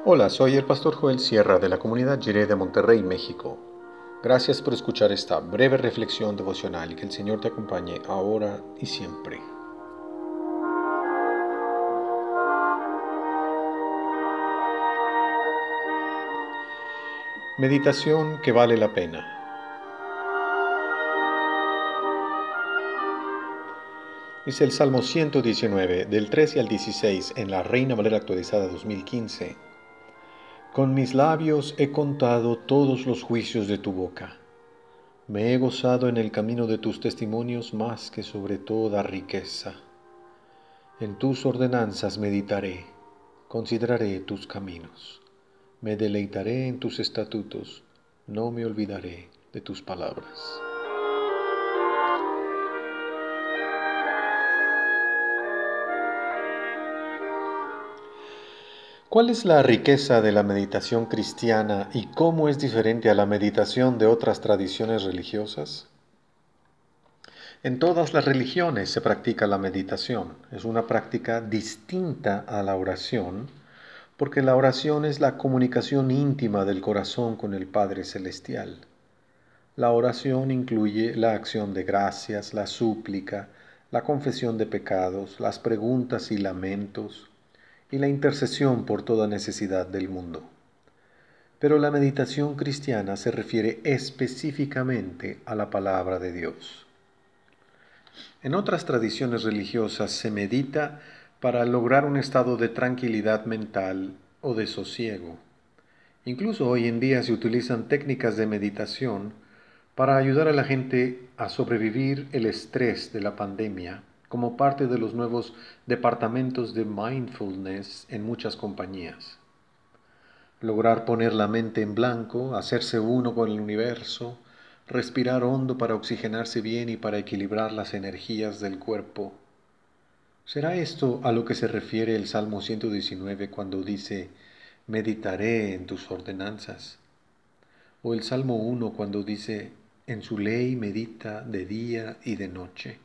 Hola, soy el pastor Joel Sierra de la comunidad Jiré de Monterrey, México. Gracias por escuchar esta breve reflexión devocional y que el Señor te acompañe ahora y siempre. Meditación que vale la pena. Es el Salmo 119, del 13 al 16 en la Reina Valera actualizada 2015. Con mis labios he contado todos los juicios de tu boca. Me he gozado en el camino de tus testimonios más que sobre toda riqueza. En tus ordenanzas meditaré, consideraré tus caminos. Me deleitaré en tus estatutos, no me olvidaré de tus palabras. ¿Cuál es la riqueza de la meditación cristiana y cómo es diferente a la meditación de otras tradiciones religiosas? En todas las religiones se practica la meditación. Es una práctica distinta a la oración, porque la oración es la comunicación íntima del corazón con el Padre Celestial. La oración incluye la acción de gracias, la súplica, la confesión de pecados, las preguntas y lamentos, y la intercesión por toda necesidad del mundo. Pero la meditación cristiana se refiere específicamente a la palabra de Dios. En otras tradiciones religiosas se medita para lograr un estado de tranquilidad mental o de sosiego. Incluso hoy en día se utilizan técnicas de meditación para ayudar a la gente a sobrevivir el estrés de la pandemia como parte de los nuevos departamentos de mindfulness en muchas compañías. Lograr poner la mente en blanco, hacerse uno con el universo, respirar hondo para oxigenarse bien y para equilibrar las energías del cuerpo. ¿Será esto a lo que se refiere el Salmo 119 cuando dice, meditaré en tus ordenanzas? O el Salmo 1 cuando dice, en su ley medita de día y de noche.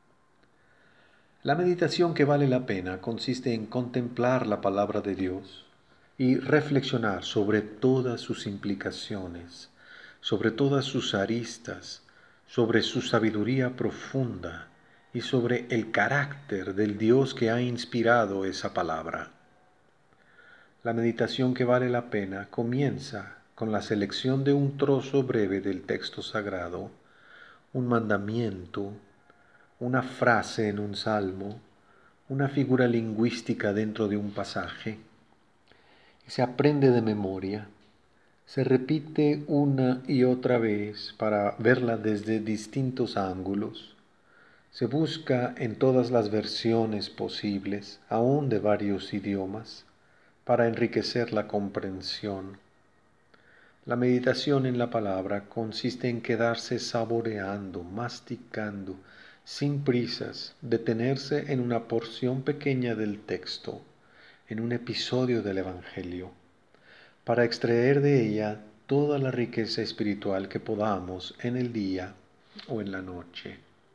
La meditación que vale la pena consiste en contemplar la palabra de Dios y reflexionar sobre todas sus implicaciones, sobre todas sus aristas, sobre su sabiduría profunda y sobre el carácter del Dios que ha inspirado esa palabra. La meditación que vale la pena comienza con la selección de un trozo breve del texto sagrado, un mandamiento, una frase en un salmo, una figura lingüística dentro de un pasaje. Se aprende de memoria, se repite una y otra vez para verla desde distintos ángulos. Se busca en todas las versiones posibles, aún de varios idiomas, para enriquecer la comprensión. La meditación en la palabra consiste en quedarse saboreando, masticando, sin prisas, detenerse en una porción pequeña del texto, en un episodio del Evangelio, para extraer de ella toda la riqueza espiritual que podamos en el día o en la noche.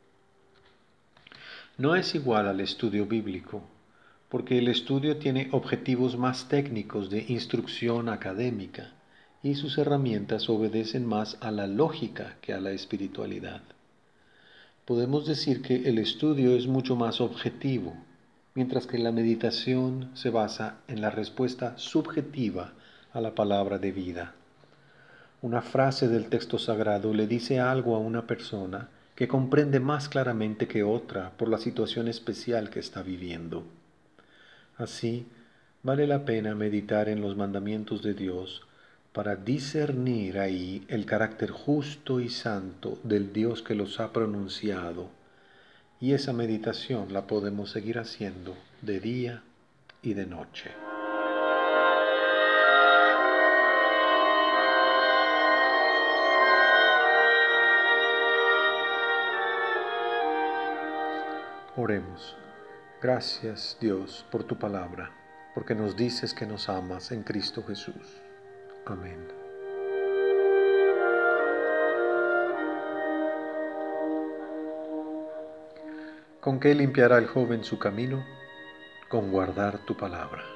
No es igual al estudio bíblico, porque el estudio tiene objetivos más técnicos de instrucción académica y sus herramientas obedecen más a la lógica que a la espiritualidad. Podemos decir que el estudio es mucho más objetivo, mientras que la meditación se basa en la respuesta subjetiva a la palabra de vida. Una frase del texto sagrado le dice algo a una persona que comprende más claramente que otra por la situación especial que está viviendo. Así, vale la pena meditar en los mandamientos de Dios para discernir ahí el carácter justo y santo del Dios que los ha pronunciado, y esa meditación la podemos seguir haciendo de día y de noche. Oremos. Gracias, Dios, por tu palabra, porque nos dices que nos amas en Cristo Jesús. Amén. ¿Con qué limpiará el joven su camino? Con guardar tu palabra.